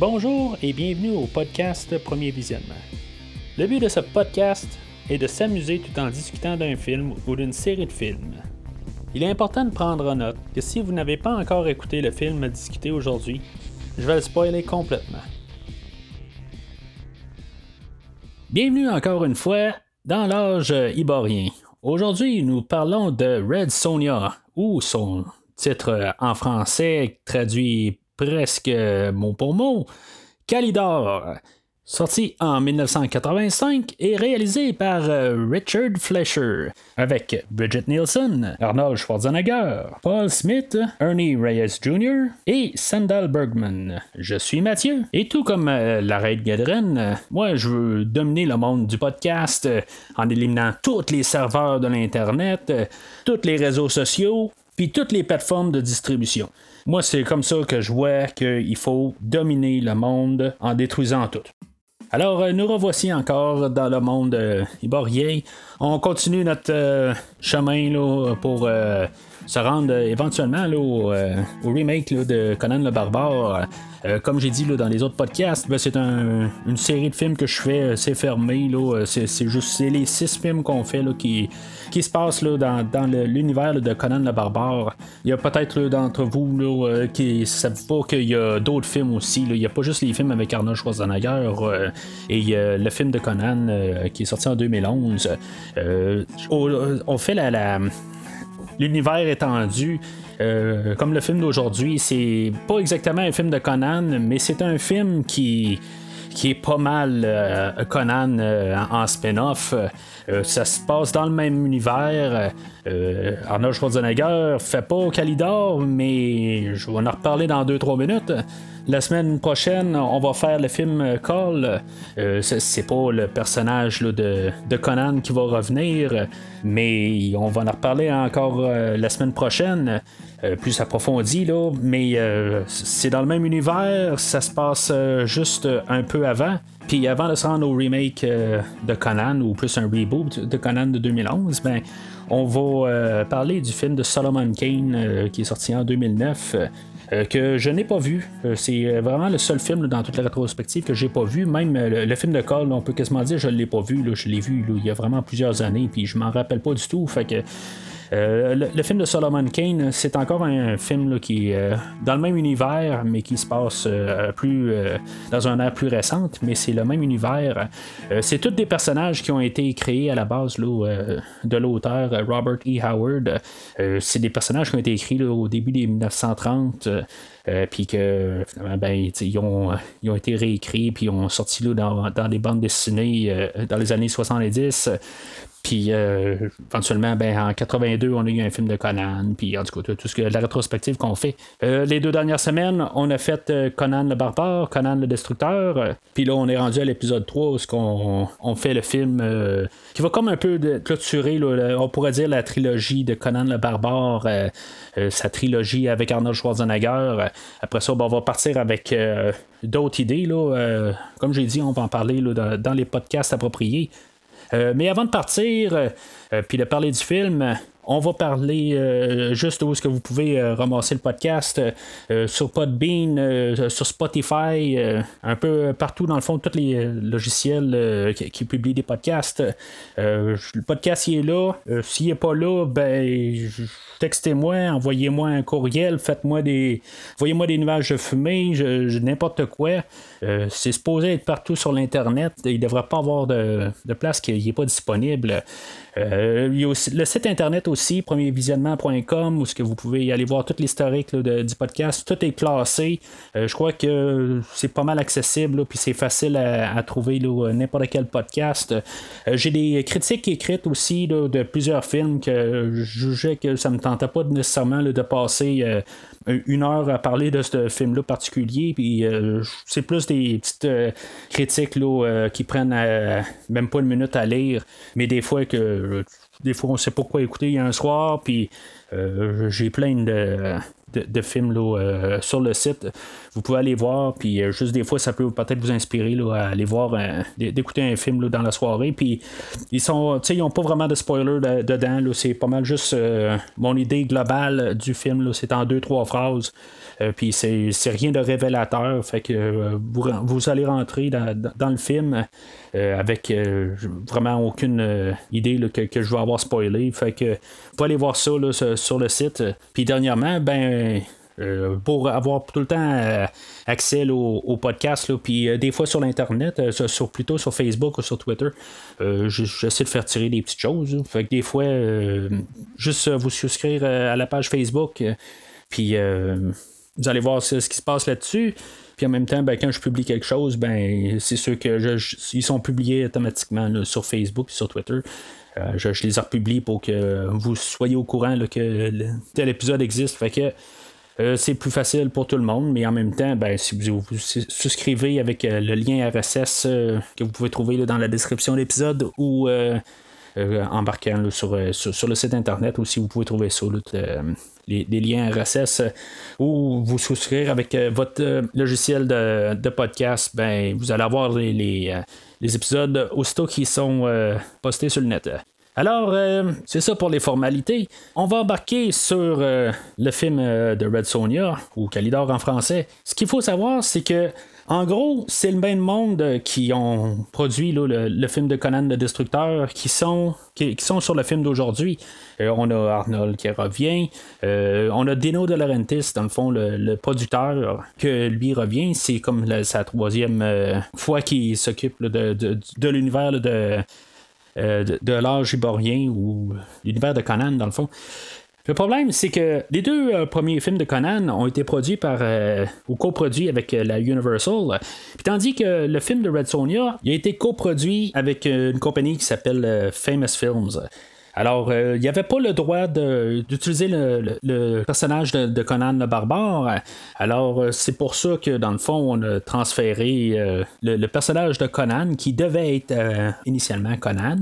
Bonjour et bienvenue au podcast Premier Visionnement. Le but de ce podcast est de s'amuser tout en discutant d'un film ou d'une série de films. Il est important de prendre en note que si vous n'avez pas encore écouté le film à discuter aujourd'hui, je vais le spoiler complètement. Bienvenue encore une fois dans l'âge iborien. Aujourd'hui, nous parlons de Red Sonja, ou son titre en français traduit presque mot pour mot, Kalidor, sorti en 1985 et réalisé par Richard Fleischer, avec Brigitte Nielsen, Arnold Schwarzenegger, Paul Smith, Ernie Reyes Jr. et Sandahl Bergman. Je suis Mathieu, et tout comme la Reine Gadren, moi je veux dominer le monde du podcast en éliminant tous les serveurs de l'Internet, tous les réseaux sociaux, puis toutes les plateformes de distribution. Moi, c'est comme ça que je vois qu'il faut dominer le monde en détruisant tout. Alors, nous revoici encore dans le monde iborien. On continue notre chemin là, pour se rendre éventuellement là, au remake là, de Conan le Barbare. Comme j'ai dit là, dans les autres podcasts, ben, c'est une série de films que je fais, c'est fermé. Là, c'est les 6 films qu'on fait là, qui se passent là, dans l'univers là, de Conan le Barbare. Il y a peut-être là, d'entre vous là, qui ne savent pas qu'il y a d'autres films aussi. Là. Il n'y a pas juste les films avec Arnold Schwarzenegger et le film de Conan qui est sorti en 2011. On fait l'univers étendu. Comme le film d'aujourd'hui, c'est pas exactement un film de Conan, mais c'est un film qui est pas mal Conan en spin-off. Ça se passe dans le même univers. Arnold Schwarzenegger fait pas Kalidor, mais je vais en reparler dans 2-3 minutes. La semaine prochaine, on va faire le film Call. C'est pas le personnage là, de Conan qui va revenir, mais on va en reparler encore la semaine prochaine. Plus approfondi, là, mais c'est dans le même univers, ça se passe juste un peu avant. Puis avant de se rendre au remake de Conan, ou plus un reboot de Conan de 2011, ben, on va parler du film de Solomon Kane qui est sorti en 2009. Que je n'ai pas vu. C'est vraiment le seul film là, dans toute la rétrospective que j'ai pas vu. Même le film de Call, on peut quasiment dire que je l'ai pas vu. Là, je l'ai vu là, il y a vraiment plusieurs années, puis je m'en rappelle pas du tout. Fait que le film de Solomon Kane, c'est encore un film là, qui est dans le même univers, mais qui se passe dans un ère plus récente, mais c'est le même univers. C'est tous des personnages qui ont été créés à la base là, de l'auteur Robert E. Howard. C'est des personnages qui ont été écrits là, au début des 1930. Puis que finalement ben, ils ont été réécrits puis ils ont sorti là, dans des bandes dessinées dans les années 70. Puis éventuellement, ben, en 82, on a eu un film de Conan. Puis en tout cas, tout ce que la rétrospective qu'on fait. Les 2 dernières semaines, on a fait Conan le Barbare, Conan le Destructeur. Puis là, on est rendu à l'épisode 3 où on fait le film qui va comme un peu clôturer, là, on pourrait dire, la trilogie de Conan le Barbare, sa trilogie avec Arnold Schwarzenegger. Après ça, ben, on va partir avec d'autres idées. Là, comme j'ai dit, on va en parler là, dans les podcasts appropriés. Mais avant de partir, puis de parler du film, on va parler juste où est-ce que vous pouvez ramasser le podcast sur Podbean, sur Spotify, un peu partout dans le fond, tous les logiciels qui publient des podcasts. Le podcast il est là. S'il n'est pas là, ben textez-moi, envoyez-moi un courriel, envoyez-moi des nuages de fumée, n'importe quoi. C'est supposé être partout sur l'internet. Il ne devrait pas avoir de place qui n'est pas disponible. Il y a aussi le site internet aussi, premiervisionnement.com, où ce que vous pouvez aller voir tout l'historique là, du podcast. Tout est classé. Je crois que c'est pas mal accessible, puis c'est facile à trouver là, n'importe quel podcast. J'ai des critiques écrites aussi là, de plusieurs films que je jugeais que ça me tentait pas nécessairement là, de passer 1 heure à parler de ce film-là particulier. Puis c'est plus des petites critiques là, qui prennent même pas 1 minute à lire, mais des fois on sait pas quoi écouter un soir, puis j'ai plein de films là, sur le site. Vous pouvez aller voir, puis juste des fois, ça peut peut-être vous inspirer là, à aller voir, d'écouter un film là, dans la soirée. Puis ils n'ont pas vraiment de spoiler dedans. Là, c'est pas mal juste mon idée globale du film. Là, c'est en 2-3 phrases. Puis c'est rien de révélateur. Fait que vous allez rentrer dans le film avec vraiment aucune idée là, que je vais avoir spoilé. Fait que vous pouvez aller voir ça là, sur le site. Puis dernièrement, pour avoir tout le temps accès là, au podcast, puis des fois sur l'internet, plutôt sur Facebook ou sur Twitter, j'essaie de faire tirer des petites choses. Là. Fait que des fois, juste vous souscrire à la page Facebook, puis vous allez voir ce qui se passe là-dessus. Puis en même temps, quand je publie quelque chose, c'est sûr que ils sont publiés automatiquement là, sur Facebook et sur Twitter. Je les republie pour que vous soyez au courant là, que tel épisode existe. Fait que c'est plus facile pour tout le monde, mais en même temps, si vous souscrivez avec le lien RSS que vous pouvez trouver là, dans la description de l'épisode ou embarquant là, sur le site internet aussi, vous pouvez trouver ça. Là, les liens RSS ou vous souscrire avec votre logiciel de podcast, vous allez avoir les épisodes aussitôt qui sont postés sur le net. Alors, c'est ça pour les formalités. On va embarquer sur le film de Red Sonja, ou Calidor en français. Ce qu'il faut savoir, c'est que en gros, c'est le même monde qui ont produit là, le film de Conan le Destructeur qui sont sur le film d'aujourd'hui. On a Arnold qui revient. On a Dino De Laurentiis, dans le fond, le producteur, que lui revient. C'est comme sa troisième fois qu'il s'occupe là, de l'univers là, de l'âge iborien ou l'univers de Conan, dans le fond. Le problème, c'est que les deux premiers films de Conan ont été produits ou coproduits avec la Universal. Puis tandis que le film de Red Sonja, il a été coproduit avec une compagnie qui s'appelle Famous Films. Alors, il n'y avait pas le droit d'utiliser le personnage de Conan le Barbare. Alors, c'est pour ça que, dans le fond, on a transféré le personnage de Conan, qui devait être initialement Conan,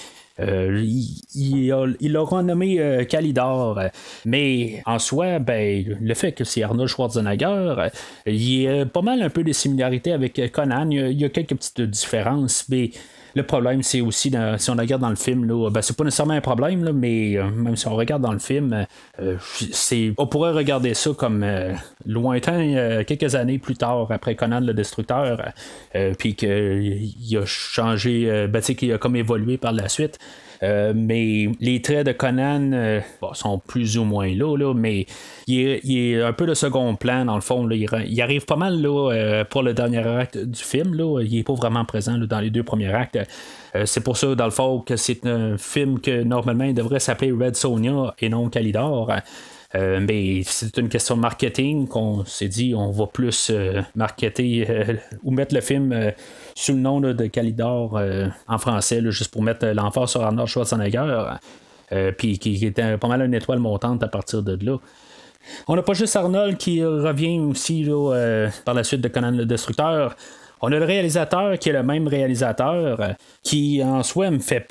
il l'aura nommé Calidor, mais en soi, le fait que c'est Arnold Schwarzenegger, il y a pas mal un peu de similarités avec Conan. Il y a quelques petites différences, mais le problème, c'est aussi, si on regarde dans le film, là, c'est pas nécessairement un problème, là, mais même si on regarde dans le film, on pourrait regarder ça comme lointain quelques années plus tard, après Conan le Destructeur, puis qu'il a changé, qu'il a comme évolué par la suite. Mais les traits de Conan sont plus ou moins là, mais il est un peu de second plan dans le fond. Là, il arrive pas mal là, pour le dernier acte du film. Là, il n'est pas vraiment présent là, dans les deux premiers actes. C'est pour ça, dans le fond, que c'est un film que normalement il devrait s'appeler Red Sonja et non Calidor. Mais c'est une question de marketing qu'on s'est dit on va plus marketer ou mettre le film sous le nom là, de Calidor en français, là, juste pour mettre l'emphase sur Arnold Schwarzenegger, puis qui était pas mal une étoile montante à partir de là. On n'a pas juste Arnold qui revient aussi là, par la suite de Conan le Destructeur. On a le réalisateur qui est le même réalisateur qui en soi me fait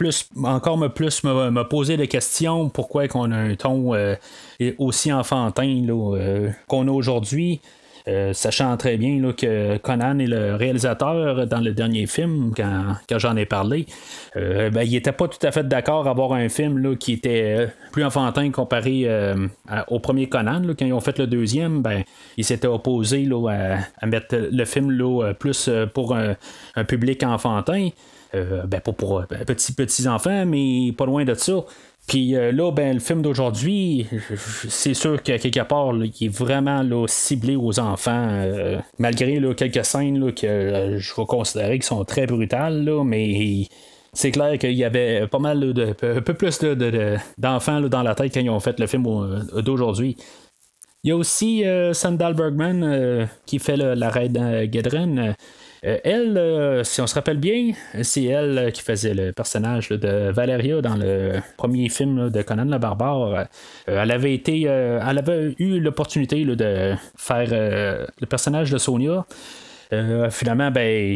me poser des questions pourquoi qu'on a un ton aussi enfantin là, qu'on a aujourd'hui. Sachant très bien là, que Conan est le réalisateur dans le dernier film, quand j'en ai parlé, il n'était pas tout à fait d'accord à avoir un film là, qui était plus enfantin comparé au premier Conan. Là, quand ils ont fait le deuxième, ils s'étaient opposés là, à mettre le film là, plus pour un public enfantin. Pas pour petits enfants, mais pas loin de ça. Puis là, le film d'aujourd'hui, c'est sûr qu'à quelque part, là, il est vraiment là, ciblé aux enfants, malgré là, quelques scènes là, que je vais considérer qui sont très brutales, là, mais c'est clair qu'il y avait pas mal là, un peu plus d'enfants là, dans la tête quand ils ont fait le film d'aujourd'hui. Il y a aussi Sandal Bergman qui fait la Reine Gedren. Elle, si on se rappelle bien, c'est elle qui faisait le personnage là, de Valeria dans le premier film là, de Conan le Barbare. Elle avait eu l'opportunité là, de faire le personnage de Sonja. Finalement,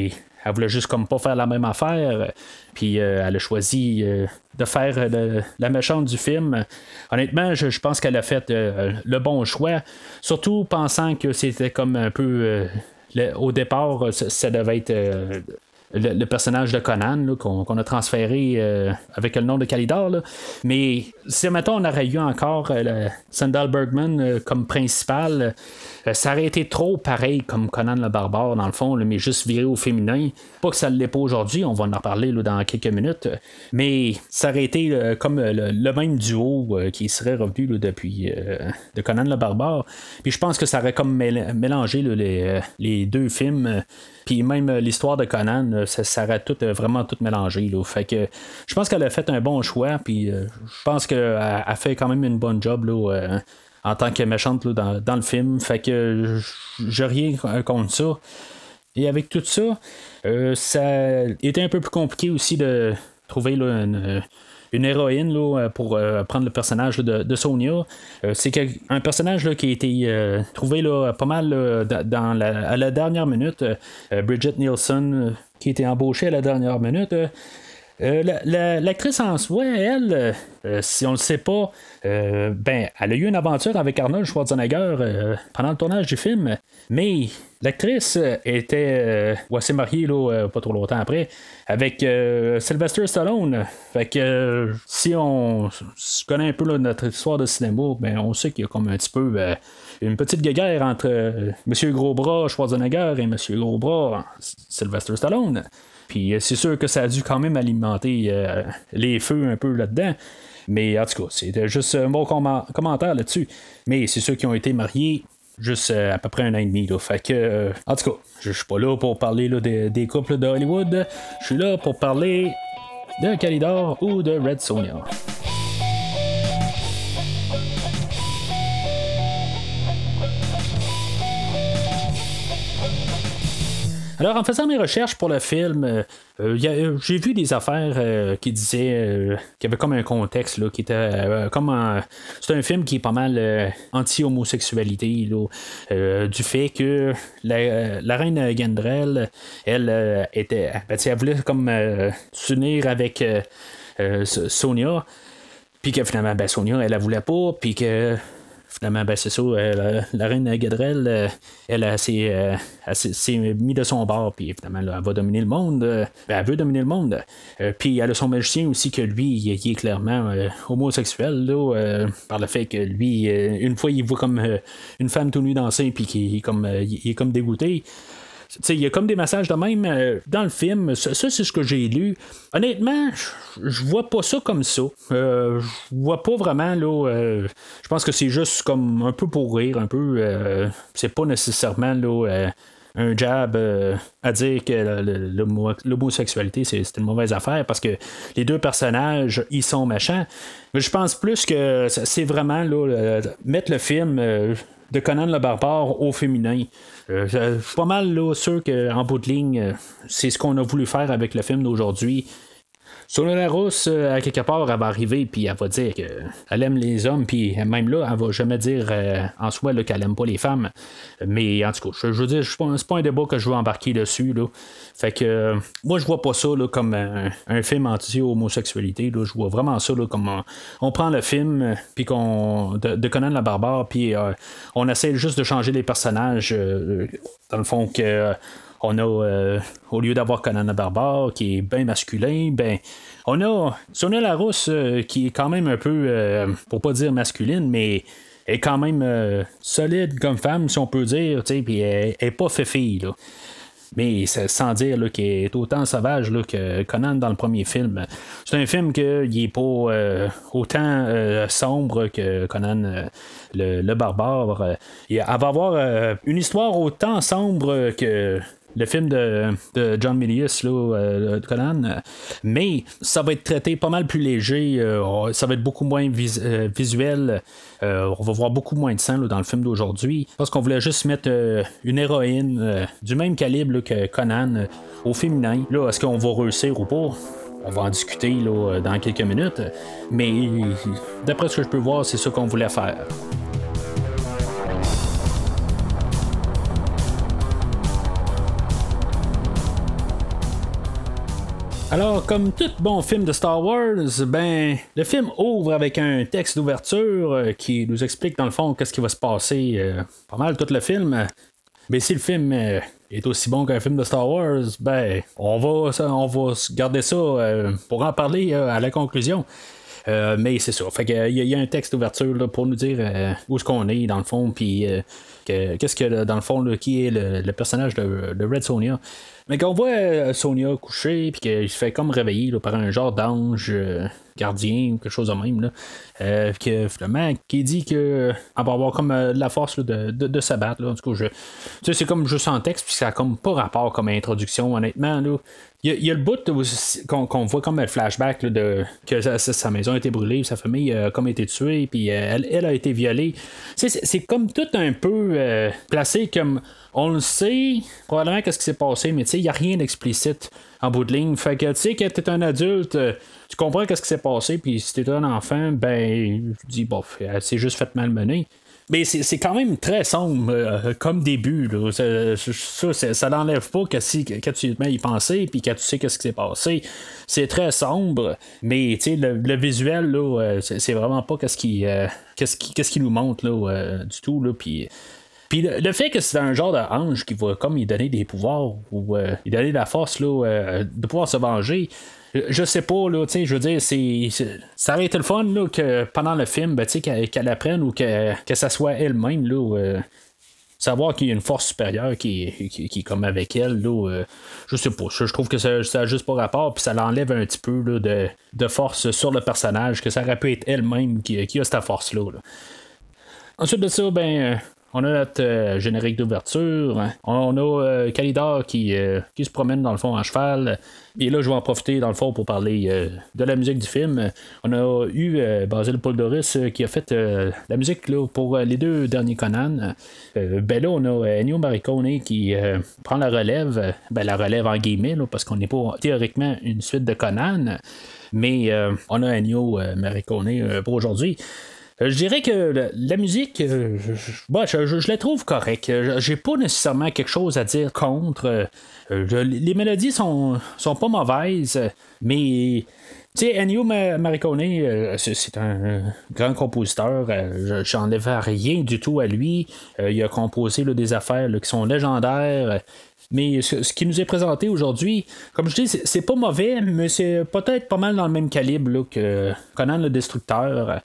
elle voulait juste comme pas faire la même affaire. Puis elle a choisi de faire la méchante du film. Honnêtement, je pense qu'elle a fait le bon choix. Surtout pensant que c'était comme un peu... au départ, ça devait être le personnage de Conan là, qu'on a transféré avec le nom de Kalidor. Là. Mais si, mettons, on aurait eu encore Sandal Bergman comme principal, ça aurait été trop pareil comme Conan le Barbare, dans le fond, là, mais juste viré au féminin. Pas que ça ne l'est pas aujourd'hui, on va en reparler là, dans quelques minutes. Mais ça aurait été comme le même duo qui serait revenu là, depuis de Conan le Barbare. Puis je pense que ça aurait comme mélangé là, les deux films. Puis même l'histoire de Conan, ça aurait vraiment tout mélangé. Là. Fait que je pense qu'elle a fait un bon choix. Puis je pense qu'elle a fait quand même une bonne job là, en tant que méchante là, dans le film. Fait que j'ai rien contre ça. Et avec tout ça, ça était un peu plus compliqué aussi de trouver là, une héroïne là, pour prendre le personnage là, de Sonia. C'est un personnage là, qui a été trouvé là, pas mal à la dernière minute. Bridget Nielsen, qui a été embauchée à la dernière minute. L'actrice en soi, elle, si on le sait pas, elle a eu une aventure avec Arnold Schwarzenegger pendant le tournage du film, mais l'actrice était s'est mariée là, pas trop longtemps après avec Sylvester Stallone. Fait que si on connaît un peu là, notre histoire de cinéma, on sait qu'il y a comme un petit peu une petite guéguerre entre Monsieur Gros Bras Schwarzenegger et Monsieur Gros Bras Sylvester Stallone. Puis c'est sûr que ça a dû quand même alimenter les feux un peu là-dedans. Mais en tout cas, c'était juste un bon commentaire là-dessus. Mais c'est ceux qui ont été mariés juste à peu près 1 an et demi. Là. Fait que, en tout cas, je suis pas là pour parler là, des couples de Hollywood. Je suis là pour parler de Kalidor ou de Red Sonja. Alors, en faisant mes recherches pour le film, j'ai vu des affaires qui disaient qu'il y avait comme un contexte là, qui était comme c'est un film qui est pas mal anti-homosexualité là, du fait que la reine Gendrel, elle était, elle voulait comme s'unir avec Sonia, puis que finalement Sonia elle la voulait pas, puis que finalement, c'est ça, la reine Gadrel, elle s'est mis de son bord, puis finalement, là, elle va dominer le monde. Elle veut dominer le monde. Puis elle a son magicien aussi, que lui, il est clairement homosexuel, là, par le fait que lui, une fois, il voit comme une femme tout nue danser, puis qu'il est comme dégoûté. Il y a comme des messages de même dans le film. Ça c'est ce que j'ai lu. Honnêtement, je vois pas ça comme ça. Je vois pas vraiment là. Je pense que c'est juste comme un peu pour rire, un peu. C'est pas nécessairement là. Un jab à dire que l'homosexualité c'est une mauvaise affaire parce que les deux personnages ils sont méchants. Mais je pense plus que c'est vraiment là, mettre le film de Conan le Barbare au féminin. Je suis pas mal là, sûr qu'en bout de ligne, c'est ce qu'on a voulu faire avec le film d'aujourd'hui. Sonia Larousse, à quelque part, elle va arriver puis elle va dire qu'elle aime les hommes, puis même là, elle va jamais dire en soi là, qu'elle aime pas les femmes. Mais en tout cas, je veux dire, c'est pas un débat que je veux embarquer dessus. Là. Fait que moi, je vois pas ça là, comme un film anti-homosexualité. Là. Je vois vraiment ça là, comme on prend le film puis de Conan le Barbare, puis on essaie juste de changer les personnages. Dans le fond, que. On a, au lieu d'avoir Conan le Barbare, qui est bien masculin, on a Sonia Larousse, qui est quand même un peu, pour pas dire masculine, mais elle est quand même solide comme femme, si on peut dire, puis elle est pas fée-fille, là. Mais sans dire là, qu'il est autant sauvage là, que Conan dans le premier film. C'est un film qui n'est pas autant sombre que Conan le Barbare. Elle va avoir une histoire autant sombre que le film de John Milius, là, de Conan, mais ça va être traité pas mal plus léger, ça va être beaucoup moins visuel, on va voir beaucoup moins de sang là, dans le film d'aujourd'hui, parce qu'on voulait juste mettre une héroïne du même calibre là, que Conan au féminin. Là, est-ce qu'on va réussir ou pas? On va en discuter là, dans quelques minutes, mais d'après ce que je peux voir, c'est ça qu'on voulait faire. Alors, comme tout bon film de Star Wars, ben, le film ouvre avec un texte d'ouverture qui nous explique dans le fond qu'est-ce qui va se passer pas mal tout le film. Mais si le film est aussi bon qu'un film de Star Wars, ben, on va garder ça pour en parler à la conclusion. Mais c'est ça. Fait que, il y a un texte d'ouverture là, pour nous dire où est-ce qu'on est dans le fond, puis qu'est-ce que dans le fond là, qui est le personnage de Red Sonja. Mais quand on voit Sonia coucher, puis qu'il se fait comme réveiller là, par un genre d'ange gardien ou quelque chose de même, là, que finalement, qui dit que on va avoir comme la force là, de s'abattre. Là. En tout cas, tu sais, c'est comme juste en texte, puis ça a comme pas rapport comme introduction, honnêtement. Là. Il y a le bout qu'on voit comme un flashback là, que sa maison a été brûlée, sa famille a comme été tuée, puis elle a été violée. C'est comme tout un peu placé comme on le sait, probablement qu'est-ce qui s'est passé, mais tu sais, il n'y a rien d'explicite en bout de ligne. Fait que tu sais, quand t'es un adulte, tu comprends qu'est-ce qui s'est passé, puis si t'es un enfant, ben, tu dis, bon, elle s'est juste fait malmener. Mais c'est quand même très sombre comme début. Là. Ça n'enlève pas quand tu te mets à y penser puis quand tu sais qu'est-ce qui s'est passé. C'est très sombre, mais le visuel, là, c'est vraiment pas qu'est-ce qui nous montre là, du tout. Là, puis le fait que c'est un genre d'ange qui va comme il donner des pouvoirs ou il donner la force là, de pouvoir se venger. Je sais pas, là, tu sais, je veux dire, ça aurait été le fun, là, que pendant le film, ben, tu sais, qu'elle apprenne ou que ça soit elle-même, là, savoir qu'il y a une force supérieure qui est comme avec elle, là, je sais pas, je trouve que ça a juste pas rapport, puis ça l'enlève un petit peu, là, de force sur le personnage, que ça aurait pu être elle-même qui a cette force-là, là. Ensuite de ça, ben, on a notre générique d'ouverture. On a Kalidor qui se promène dans le fond en cheval. Et là, je vais en profiter dans le fond pour parler de la musique du film. On a eu Basil Poldoris qui a fait la musique là, pour les 2 derniers Conan. Ben là, on a Ennio Morricone qui prend la relève. Ben, la relève en guillemets, là, parce qu'on n'est pas théoriquement une suite de Conan. Mais on a Ennio Morricone pour aujourd'hui. Je dirais que la musique, je la trouve correcte. J'ai pas nécessairement quelque chose à dire contre. Les mélodies sont pas mauvaises, mais tu sais, Ennio Morricone, c'est un grand compositeur. J'enlève rien du tout à lui. Il a composé là, des affaires là, qui sont légendaires. Mais ce qui nous est présenté aujourd'hui, comme je dis, c'est pas mauvais, mais c'est peut-être pas mal dans le même calibre là, que Conan le Destructeur.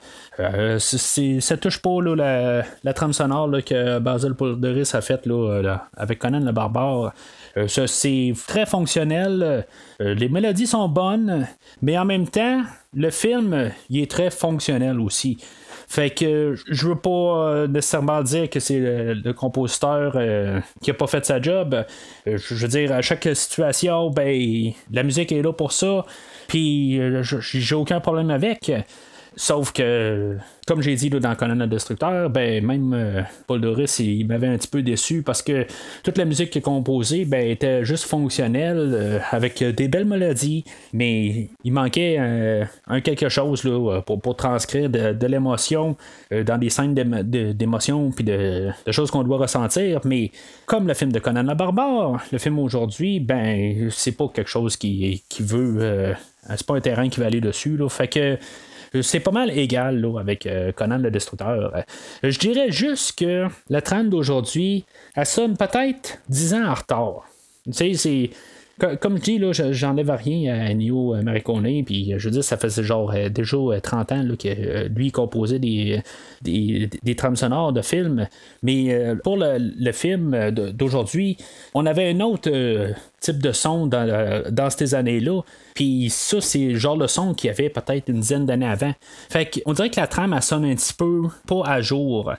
Ça touche pas là, la trame sonore là, que Basil Poldoris a faite là, avec Conan le Barbare. C'est très fonctionnel. Les mélodies sont bonnes, mais en même temps, le film il est très fonctionnel aussi. Fait que je veux pas nécessairement dire que c'est le compositeur qui a pas fait sa job. Je veux dire, à chaque situation, ben la musique est là pour ça. Puis j'ai aucun problème avec. Sauf que, comme j'ai dit là, dans Conan le Destructeur, ben même Paul Doris il m'avait un petit peu déçu parce que toute la musique qu'il a composée ben, était juste fonctionnelle avec des belles mélodies, mais il manquait un quelque chose là, pour transcrire de l'émotion dans des scènes d'émotion puis de choses qu'on doit ressentir. Mais comme le film de Conan le Barbare, le film aujourd'hui, ben c'est pas quelque chose qui veut. C'est pas un terrain qui va aller dessus. Là, fait que c'est pas mal égal là, avec Conan le Destructeur. Je dirais juste que la trame d'aujourd'hui, elle sonne peut-être 10 ans en retard. Tu sais, c'est. Comme je dis, là, j'enlève rien à Ennio Morricone, puis je veux dire, ça faisait genre déjà 30 ans là, que lui composait des trames sonores de films. Mais pour le film d'aujourd'hui, on avait un autre type de son dans ces années-là. Puis ça, c'est genre le son qu'il y avait peut-être une dizaine d'années avant. Fait qu'on dirait que la trame, elle sonne un petit peu pas à jour.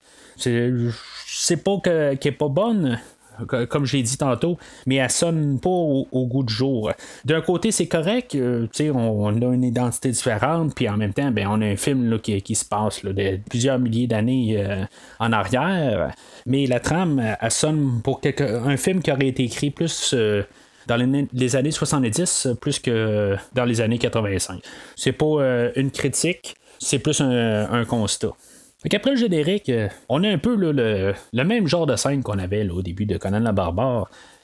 C'est pas qu'elle est pas bonne, comme je l'ai dit tantôt, mais elle sonne pas au goût du jour. D'un côté, c'est correct, on a une identité différente, puis en même temps, ben, on a un film là, qui se passe là, de plusieurs milliers d'années en arrière, mais la trame, elle sonne pour un film qui aurait été écrit plus dans les années 70 plus que dans les années 85. C'est pas une critique, c'est plus un constat. Après le générique, on a un peu là, le même genre de scène qu'on avait là, au début de Conan le Barbare.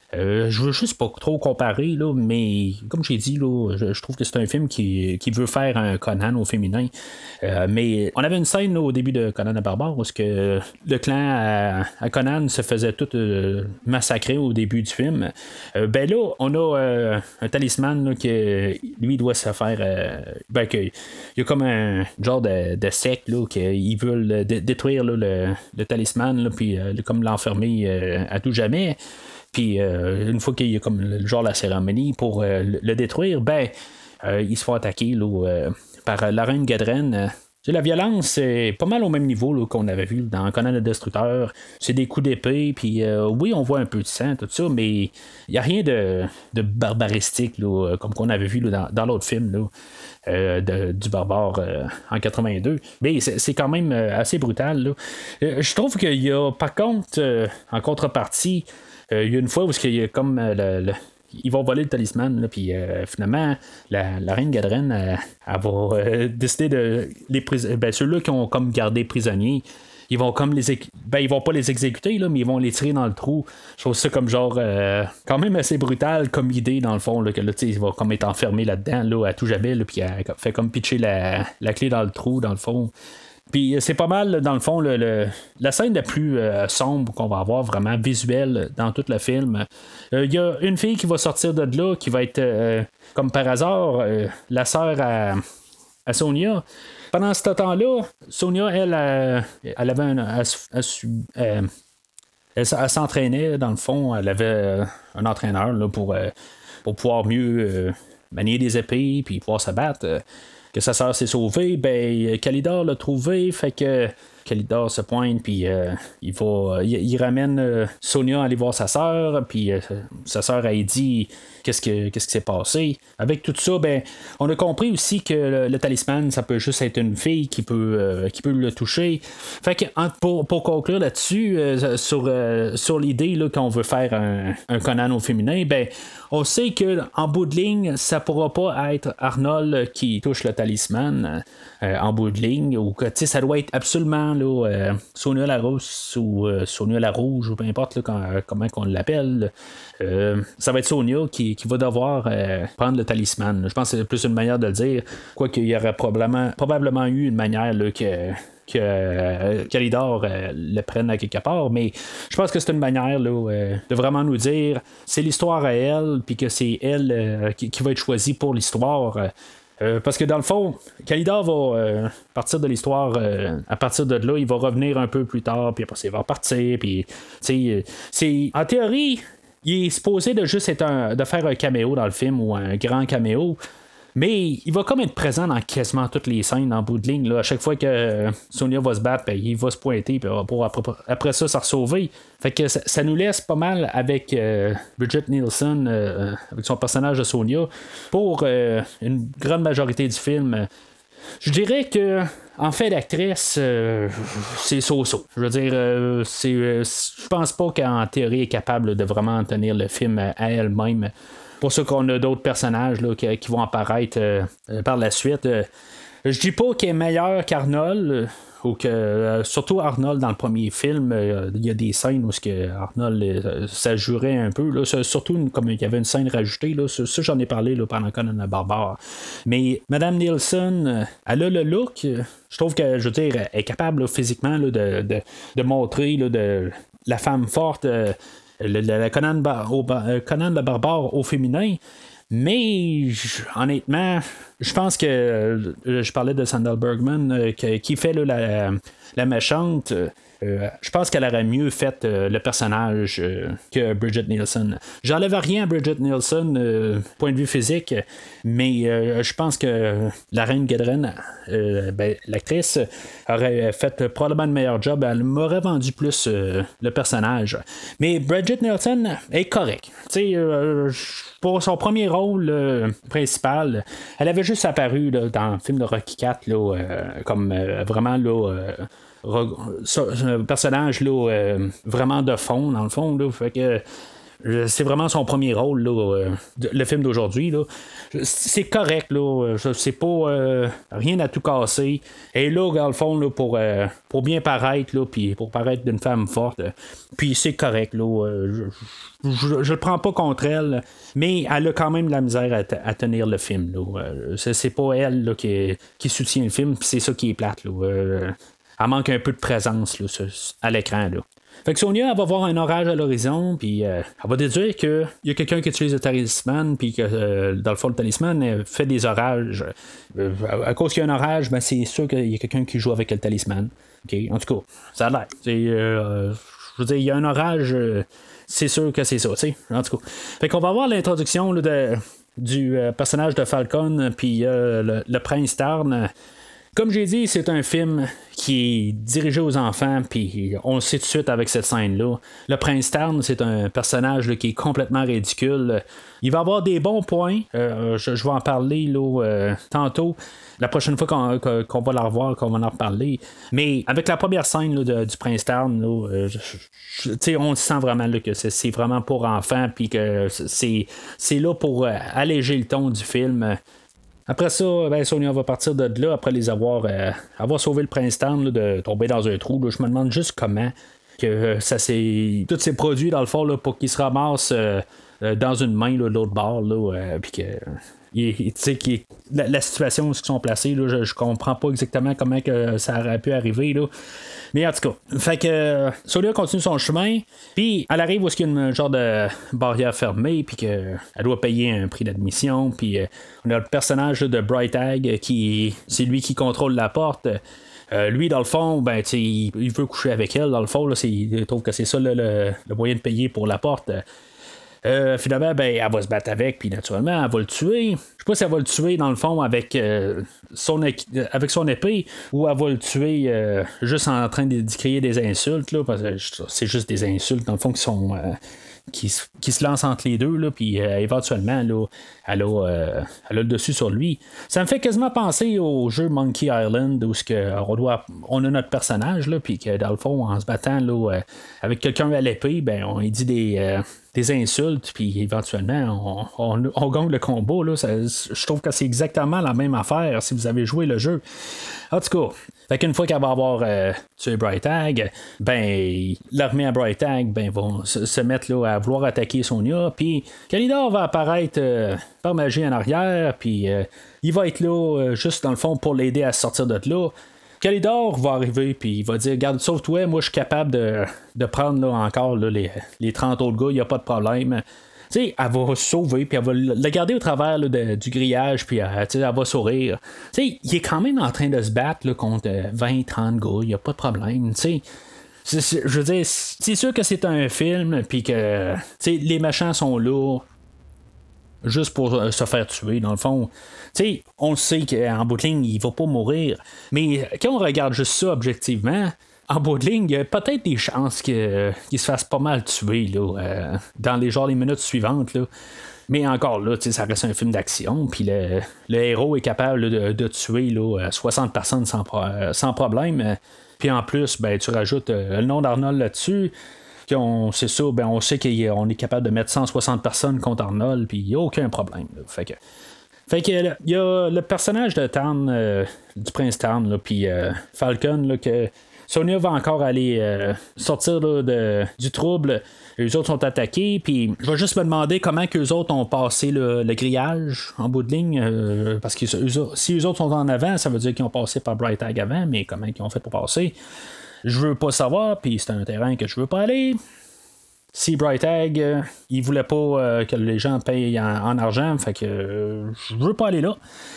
Je veux juste pas trop comparer, là, mais comme j'ai dit, là, je trouve que c'est un film qui veut faire un Conan au féminin. Mais on avait une scène là, au début de Conan le Barbare où que le clan à Conan se faisait tout massacrer au début du film. Ben là, on a un talisman là, que lui doit se faire. Il y a comme un genre de secte là, qu'ils veulent détruire là, le talisman, là, puis comme l'enfermer à tout jamais. Puis une fois qu'il y a comme genre la cérémonie pour le détruire, ils se font attaquer là, par la reine Gadren. La violence, c'est pas mal au même niveau là, qu'on avait vu dans Conan le Destructeur. C'est des coups d'épée, puis oui, on voit un peu de sang, tout ça, mais il n'y a rien de barbaristique là, comme qu'on avait vu là, dans l'autre film là, du barbare en 82. Mais c'est quand même assez brutal. Là. Je trouve qu'il y a, par contre, en contrepartie, il y a une fois où il y a comme ils vont voler le talisman, là, puis finalement, la reine Gadren, elle va décider de ceux-là qui ont comme gardé prisonniers. Ils vont comme ils vont pas les exécuter, là, mais ils vont les tirer dans le trou. Je trouve ça comme genre quand même assez brutal comme idée dans le fond, là, que là, il va comme être enfermé là-dedans là, à tout jamais, là, puis elle fait comme pitcher la clé dans le trou dans le fond. Puis c'est pas mal, dans le fond, la scène la plus sombre qu'on va avoir, vraiment visuelle dans tout le film. Il y a une fille qui va sortir de là, qui va être, comme par hasard, la sœur à Sonia. Pendant ce temps-là, Sonia, elle avait elle s'entraînait, dans le fond, elle avait un entraîneur là, pour pouvoir mieux manier des épées puis pouvoir se battre. Que sa sœur s'est sauvée, Kalidor l'a trouvé, fait que Kalidor se pointe, puis il ramène Sonia à aller voir sa sœur, puis sa sœur a dit qu'est-ce qui s'est passé. Avec tout ça, on a compris aussi que le talisman, ça peut juste être une fille qui peut le toucher. Fait que pour conclure là-dessus, sur l'idée là, qu'on veut faire un Conan au féminin, on sait que en bout de ligne, ça pourra pas être Arnold qui touche le talisman en bout de ligne, ou que ça doit être absolument là, Sonia la Rousse ou Sonia la Rouge, ou peu importe là, comment qu'on l'appelle. Ça va être Sonia qui va devoir prendre le talisman. Je pense que c'est plus une manière de le dire, quoiqu'il y aurait probablement eu une manière là, que Kalidor le prenne à quelque part, mais je pense que c'est une manière là, de vraiment nous dire c'est l'histoire à elle, puis que c'est elle qui va être choisie pour l'histoire. Parce que dans le fond, Kalidor va partir de l'histoire. À partir de là, il va revenir un peu plus tard, puis après il va repartir. Puis, c'est en théorie, il est supposé de juste de faire un caméo dans le film ou un grand caméo. Mais il va comme être présent dans quasiment toutes les scènes en bout de ligne. Là. À chaque fois que Sonia va se battre, il va se pointer pour après ça se sauver. Fait que ça nous laisse pas mal avec Bridget Nielsen, avec son personnage de Sonia, pour une grande majorité du film. Je dirais que en fait d'actrice, c'est so-so. Je veux dire, je pense pas qu'en théorie elle est capable de vraiment tenir le film à elle-même. Pour ça qu'on a d'autres personnages là, qui vont apparaître par la suite. Je dis pas qu'il est meilleur qu'Arnold, ou que surtout Arnold dans le premier film, il y a des scènes où Arnold ça jurait un peu. Là, surtout comme il y avait une scène rajoutée, là, ça j'en ai parlé là, pendant Conan le Barbare. Mais Madame Nielsen, elle a le look. Je trouve que, je veux dire, elle est capable là, physiquement là, de montrer là, de la femme forte. Le Conan le Barbare au féminin. Mais honnêtement, je pense que je parlais de Sandal Bergman qui fait là, la méchante. Je pense qu'elle aurait mieux fait le personnage que Bridget Nielsen. J'enlève rien à Bridget Nielsen point de vue physique, mais je pense que la reine Gadren, l'actrice, aurait fait probablement le meilleur job. Elle m'aurait vendu plus le personnage. Mais Bridget Nielsen est correcte. Pour son premier rôle principal, elle avait juste apparu là, dans le film de Rocky IV là, comme vraiment là, un personnage là, vraiment de fond, dans le fond. Là, fait que c'est vraiment son premier rôle, là, le film d'aujourd'hui. Là. C'est correct, là. C'est pas rien à tout casser. Et là, dans le fond, là, pour bien paraître, là, puis pour paraître d'une femme forte. Puis c'est correct, là. Je le prends pas contre elle, mais elle a quand même de la misère à tenir le film. Là. C'est pas elle là, qui soutient le film, puis c'est ça qui est plate. Là. Elle manque un peu de présence là, à l'écran. Là. Fait que Sonia, elle va voir un orage à l'horizon, puis elle va déduire qu'il y a quelqu'un qui utilise le talisman, puis que dans le fond, le talisman fait des orages. À cause qu'il y a un orage, ben, c'est sûr qu'il y a quelqu'un qui joue avec le talisman. Okay? En tout cas, ça a l'air. Je veux dire, il y a un orage, c'est sûr que c'est ça. T'sais? En tout cas. Fait qu'on va voir l'introduction là, du personnage de Falcon, puis le prince Tarn. Comme j'ai dit, c'est un film qui est dirigé aux enfants, puis on le sait tout de suite avec cette scène-là. Le prince Tarn, c'est un personnage là, qui est complètement ridicule. Il va avoir des bons points. Je vais en parler là, tantôt. La prochaine fois qu'on va la revoir, qu'on va en reparler. Mais avec la première scène là, du prince Tarn, on le sent vraiment là, que c'est vraiment pour enfants, puis que c'est là pour alléger le ton du film. Après ça, ben, Sonia va partir de là après les avoir sauvé le prince Tarn là, de tomber dans un trou. Là. Je me demande juste comment que ça s'est. Tout s'est produit dans le fond là, pour qu'il se ramasse dans une main là, de l'autre bord. Puis que. La situation où ils sont placés, là, je comprends pas exactement comment que ça aurait pu arriver. Là. Mais en tout cas, fait que Sonia continue son chemin, puis elle arrive où il y a une genre de barrière fermée, puis qu'elle doit payer un prix d'admission, puis on a le personnage là, de Bright Hag qui c'est lui qui contrôle la porte. Lui, dans le fond, ben, il veut coucher avec elle. Dans le fond, là, il trouve que c'est ça là, le moyen de payer pour la porte. Finalement, ben, elle va se battre avec, puis naturellement, elle va le tuer. Je sais pas si elle va le tuer, dans le fond, avec son épée, ou elle va le tuer juste en train de crier des insultes, là, parce que c'est juste des insultes, dans le fond, qui se lancent entre les deux, là, puis éventuellement, là, elle a le dessus sur lui. Ça me fait quasiment penser au jeu Monkey Island, où on a notre personnage, là, puis que dans le fond, en se battant là, avec quelqu'un à l'épée, ben, on dit des insultes, puis éventuellement, on gagne le combat. Là, je trouve que c'est exactement la même affaire si vous avez joué le jeu. En tout cas, fait qu'une fois qu'elle va avoir tué Bright Hag, ben, l'armée à Bright Hag ben, vont se mettre là, à vouloir attaquer Sonia, puis Kalidor va apparaître par magie en arrière, puis il va être là juste dans le fond pour l'aider à sortir de là. Kalidor va arriver, puis il va dire garde, sauve-toi, moi je suis capable de prendre là, encore là, les 30 autres gars, il n'y a pas de problème. Tu sais, elle va se sauver, puis elle va le garder au travers là, du grillage, puis elle va sourire. Tu sais, il est quand même en train de se battre là, contre 20-30 gars, il n'y a pas de problème. Tu sais, je veux dire, c'est sûr que c'est un film, puis que les méchants sont là juste pour se faire tuer, dans le fond. Tu sais, on le sait qu'en bout de ligne, il va pas mourir. Mais quand on regarde juste ça objectivement, en bout de ligne, il y a peut-être des chances qu'il se fasse pas mal tuer là, dans les minutes suivantes. Là. Mais encore là, ça reste un film d'action. Puis le héros est capable là, de tuer là, 60 personnes sans problème. Puis en plus, ben, tu rajoutes le nom d'Arnold là-dessus. C'est ça, ben on sait qu'on est capable de mettre 160 personnes contre Arnold, puis il n'y a aucun problème. Là. Fait que il y a le personnage de Tarn, du prince Tarn, puis Falcon, là, que Sonia va encore aller sortir là, du trouble. Les autres sont attaqués, puis je vais juste me demander comment qu'eux autres ont passé le grillage en bout de ligne, parce que si eux autres sont en avant, ça veut dire qu'ils ont passé par Bright Hag avant, mais comment ils ont fait pour passer? Je veux pas savoir, puis c'est un terrain que je veux pas aller. Si Bright Hag, il voulait pas que les gens payent en argent, fait que je veux pas aller là.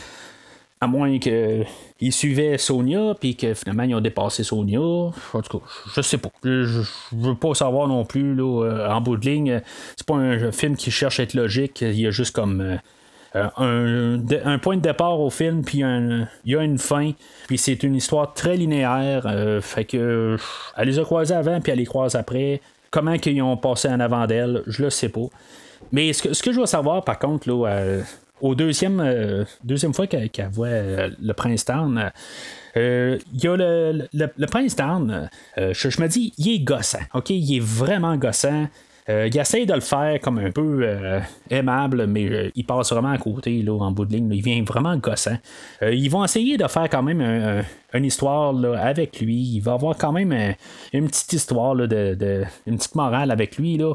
À moins qu'ils suivaient Sonia, puis que finalement ils ont dépassé Sonia. En tout cas, je sais pas. Je veux pas savoir non plus, là, en bout de ligne. C'est pas un film qui cherche à être logique. Il y a juste comme un point de départ au film, puis il y a une fin, puis c'est une histoire très linéaire, fait que elle les a croisés avant, puis elle les croise après. Comment qu'ils ont passé en avant d'elle, je le sais pas. Mais ce que je veux savoir, par contre, là, au deuxième fois qu'elle voit le prince Tarn, il y a le prince Tarn, je me dis, il est gossant, ok, il est vraiment gossant. Il essaye de le faire comme un peu aimable, mais il passe vraiment à côté là, en bout de ligne. Là, il vient vraiment gossant. Ils vont essayer de faire quand même une histoire là, avec lui. Il va avoir quand même une petite histoire, là, une petite morale avec lui. Là.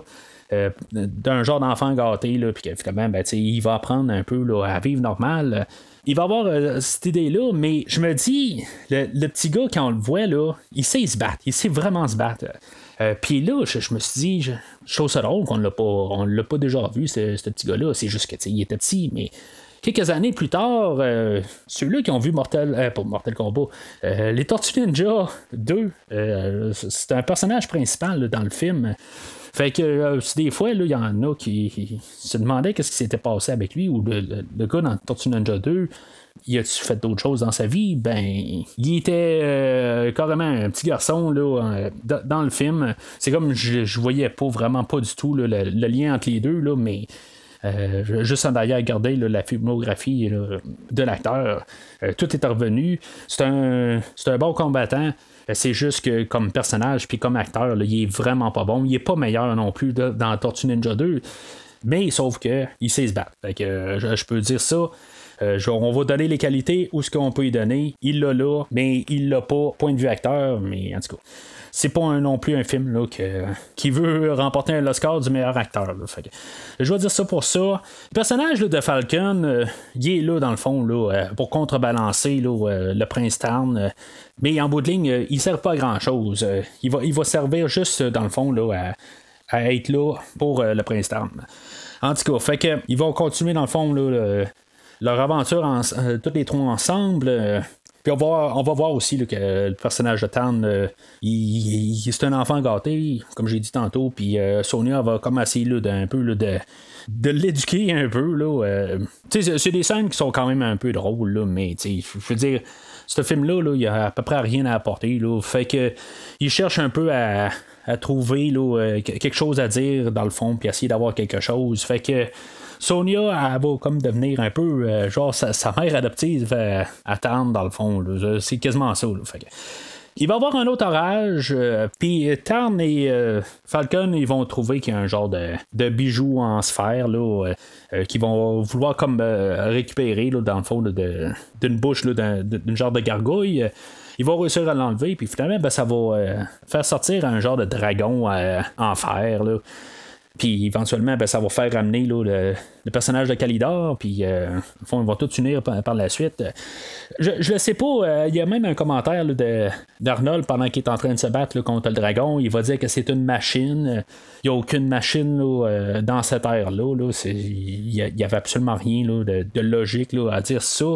D'un genre d'enfant gâté, puis finalement, il va apprendre un peu là, à vivre normal. Il va avoir cette idée-là, mais je me dis, le petit gars, quand on le voit, là, il sait se battre. Il sait vraiment se battre. Puis là, je me suis dit, je trouve ça drôle qu'on l'a pas déjà vu, ce petit gars-là. C'est juste que il était petit, mais quelques années plus tard, ceux-là qui ont vu pas Mortal Kombat, les Tortues Ninja 2, c'est un personnage principal là, dans le film. Fait que des fois, il y en a qui se demandaient qu'est-ce qui s'était passé avec lui, ou le gars dans Tortue Ninja 2, il a-tu fait d'autres choses dans sa vie? Ben, il était carrément un petit garçon là, dans le film. C'est comme je voyais vraiment pas du tout là, le lien entre les deux, là, mais juste en d'ailleurs regarder là, la filmographie là, de l'acteur, tout est revenu. C'est un bon combattant. C'est juste que comme personnage puis comme acteur, là, il est vraiment pas bon. Il est pas meilleur non plus dans Tortue Ninja 2. Mais sauf que il sait se battre. Fait que je peux dire ça. On va donner les qualités où ce qu'on peut y donner. Il l'a là, mais il l'a pas. Point de vue acteur, mais en tout cas. C'est pas non plus un film là, qui veut remporter l'Oscar du meilleur acteur. Là. Fait que, je vais dire ça pour ça. Le personnage là, de Falcon, il est là dans le fond là, pour contrebalancer là, le Prince Tarn. Mais en bout de ligne, il sert pas à grand chose. Il va servir juste dans le fond là, à être là pour le Prince Tarn. En tout cas, fait que ils vont continuer dans le fond là, leur aventure tous les trois ensemble. Puis on va voir aussi là, que le personnage de Tarn, c'est un enfant gâté, comme j'ai dit tantôt, puis Sonya va comme essayer là, un peu là, de l'éduquer un peu. Là, c'est des scènes qui sont quand même un peu drôles, là, mais je veux dire, ce film-là, là, il n'y a à peu près rien à apporter. Là, fait que il cherche un peu à trouver là, quelque chose à dire dans le fond, puis essayer d'avoir quelque chose. Fait que Sonya, elle va comme devenir un peu genre sa mère adoptive à Tarn dans le fond. Là. C'est quasiment ça. Là. Fait que, il va y avoir un autre orage, puis Tarn et Falcon, ils vont trouver qu'il y a un genre de bijoux en sphère là, qu'ils vont vouloir comme récupérer là, dans le fond d'une bouche là, d'une genre de gargouille. Ils vont réussir à l'enlever, puis finalement, ça va faire sortir un genre de dragon en fer. Là. Puis éventuellement, ça va faire ramener là, le personnage de Kalidor, puis ils vont tout unir par la suite. Je ne sais pas, il y a même un commentaire là, d'Arnold pendant qu'il est en train de se battre là, contre le dragon. Il va dire que c'est une machine. Il n'y a aucune machine là, dans cette ère-là. Là. Il n'y avait absolument rien là, de logique là, à dire ça.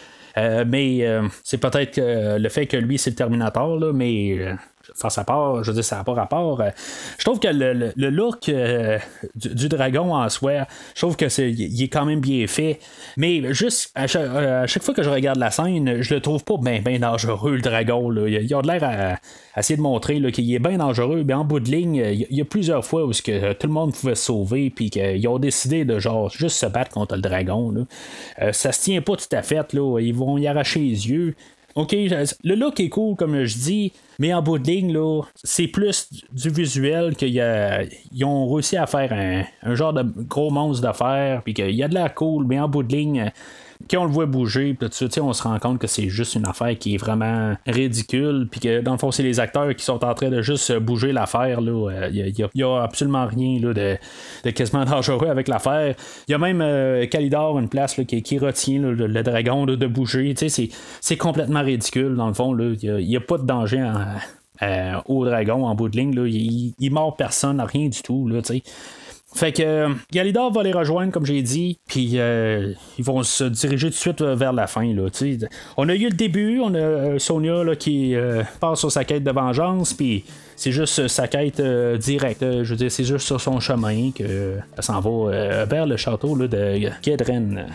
Mais c'est peut-être que le fait que lui c'est le Terminator, là, mais face à part, je veux dire, ça n'a pas rapport. Je trouve que le look du dragon en soi, je trouve que il est quand même bien fait. Mais juste à chaque fois que je regarde la scène, je le trouve pas bien dangereux, le dragon. Là. Il a de l'air à essayer de montrer là, qu'il est bien dangereux. Mais en bout de ligne, il y a plusieurs fois où que tout le monde pouvait se sauver, puis qu'ils ont décidé de genre juste se battre contre le dragon. Là. Ça se tient pas tout à fait. Là. Ils vont y arracher les yeux. OK, le look est cool, comme je dis, mais en bout de ligne, là, c'est plus du visuel qu'ils ont réussi à faire un genre de gros monstre d'affaires, puis qu'il y a de l'air cool, mais en bout de ligne, quand on le voit bouger, puis tout ça, on se rend compte que c'est juste une affaire qui est vraiment ridicule, puis que dans le fond, c'est les acteurs qui sont en train de juste bouger l'affaire. Il n'y a absolument rien là, de quasiment dangereux avec l'affaire. Il y a même Kalidor, une place là, qui retient là, le dragon là, de bouger. C'est complètement ridicule, dans le fond. Il n'y a pas de danger au dragon en bout de ligne. Là. Il mord personne, rien du tout. Là, t'sais. Fait que Kalidor va les rejoindre, comme j'ai dit, puis ils vont se diriger tout de suite vers la fin. Là, on a eu le début, on a Sonya là, qui part sur sa quête de vengeance, puis c'est juste sa quête directe. Je veux dire, c'est juste sur son chemin qu'elle s'en va vers le château là, de Gedren.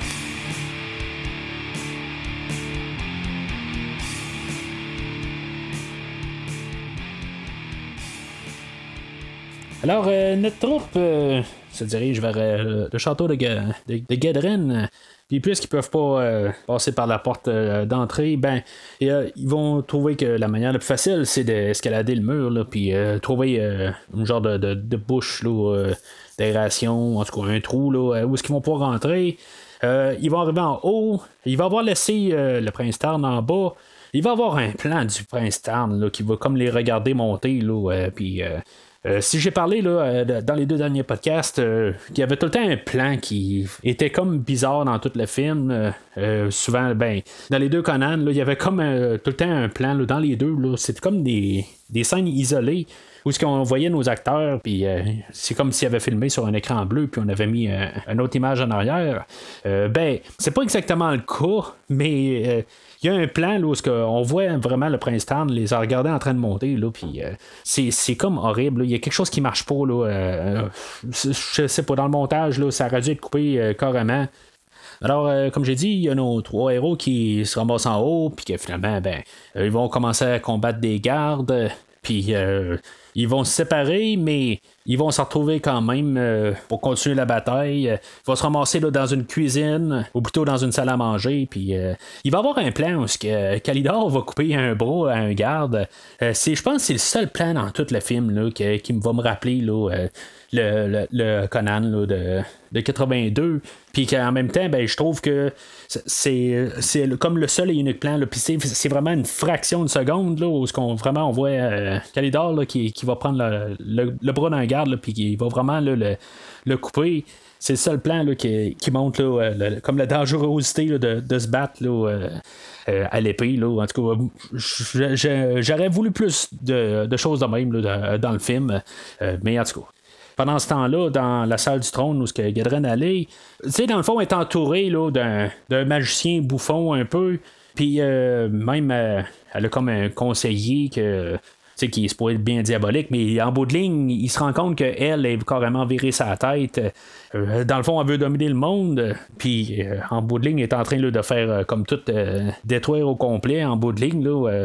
Alors, notre troupe se dirigent vers le château de Gedren. Puis puisqu'ils peuvent pas passer par la porte d'entrée, ben ils vont trouver que la manière la plus facile, c'est d'escalader le mur, là, puis trouver un genre de bouche là, d'aération, en tout cas un trou là, où est-ce qu'ils vont pouvoir rentrer. Ils vont arriver en haut, il va avoir laissé le prince Tarn en bas. Il va avoir un plan du prince Tarn là, qui va comme les regarder monter là, puis si j'ai parlé là, dans les 2 derniers podcasts, qu'il y avait tout le temps un plan qui était comme bizarre dans tout le film. Souvent, ben, dans les 2 Conan, là, il y avait comme tout le temps un plan là, dans les 2. Là, c'était comme des scènes isolées où ce qu'on voyait nos acteurs, puis c'est comme s'ils avaient filmé sur un écran bleu, puis on avait mis une autre image en arrière. Ben, c'est pas exactement le cas, mais il y a un plan là, où on voit vraiment le prince Tarn les a regardés en train de monter, là, puis c'est comme horrible. Il y a quelque chose qui marche pas. Là, je sais pas, dans le montage, là, ça aurait dû être coupé carrément. Alors, comme j'ai dit, il y a nos 3 héros qui se ramassent en haut, puis que finalement, ben, ils vont commencer à combattre des gardes, puis ils vont se séparer, mais ils vont se retrouver quand même pour continuer la bataille. Ils vont se ramasser là, dans une cuisine, ou plutôt dans une salle à manger, puis il va y avoir un plan où Kalidor va couper un bras à un garde. Je pense que c'est le seul plan dans tout le film là, qui va me rappeler là, le Conan là, de 82. Puis qu'en même temps, ben, je trouve que c'est comme le seul et unique plan. Puis c'est vraiment une fraction de seconde là, où vraiment on voit Kalidor là, qui va prendre le bras d'un garde, puis qui va vraiment là, le couper. C'est le seul plan là, qui montre là, comme la dangerosité là, de se battre là, à l'épée. Là. En tout cas, j'aurais voulu plus de choses de même là, dans le film. Mais en tout cas. Pendant ce temps-là, dans la salle du trône où Gedren allait, tu sais, dans le fond, elle est entourée là, d'un magicien bouffon un peu. Puis même, elle a comme un conseiller qui est supposé être bien diabolique, mais en bout de ligne, il se rend compte qu'elle est carrément virée sa tête. Dans le fond, elle veut dominer le monde, puis en bout de ligne, elle est en train là, de faire comme tout détruire au complet en bout de ligne.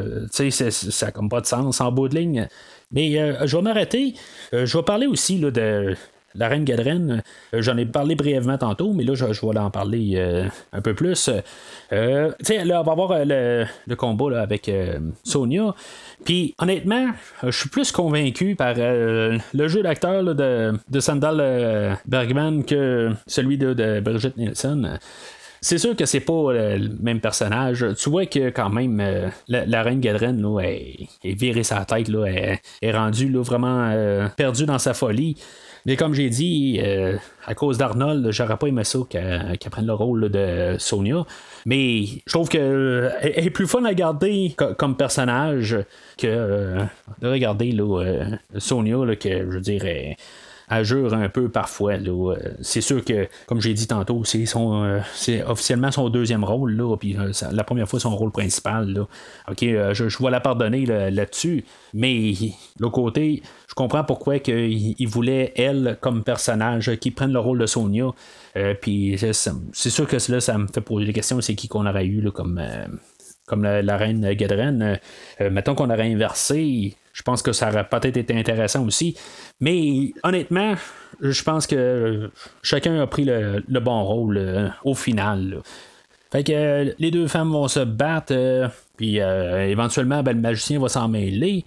Ça n'a comme pas de sens en bout de ligne. Mais je vais m'arrêter. Je vais parler aussi là, de la reine Gedren. J'en ai parlé brièvement tantôt, mais là, je vais en parler un peu plus. Là, on va avoir le combat là, avec Sonia. Puis, honnêtement, je suis plus convaincu par le jeu d'acteur là, de Sandal Bergman que celui de Brigitte Nielsen. C'est sûr que c'est pas le même personnage. Tu vois que quand même la reine Gedren là, est virée sa tête, là, est rendue là, vraiment perdue dans sa folie. Mais comme j'ai dit, à cause d'Arnold, j'aurais pas aimé ça qu'elle prenne le rôle là, de Sonia. Mais je trouve qu'elle est plus fun à garder comme personnage que de regarder là, Sonia, là, que je veux dire. Elle jure un peu parfois. Là. C'est sûr que, comme j'ai dit tantôt, c'est officiellement son 2e rôle. Là, puis la première fois, son rôle principal. Là. OK, je vais la pardonner là-dessus. Mais de l'autre côté, je comprends pourquoi il voulait, elle, comme personnage, qui prenne le rôle de Sonia. Puis c'est sûr que là, ça me fait poser des questions. C'est qui qu'on aurait eu là, comme la reine Gedren. Mettons qu'on aurait inversé. Je pense que ça aurait peut-être été intéressant aussi. Mais honnêtement, je pense que chacun a pris le bon rôle au final. Là. Fait que les 2 femmes vont se battre, puis éventuellement, ben, le magicien va s'en mêler.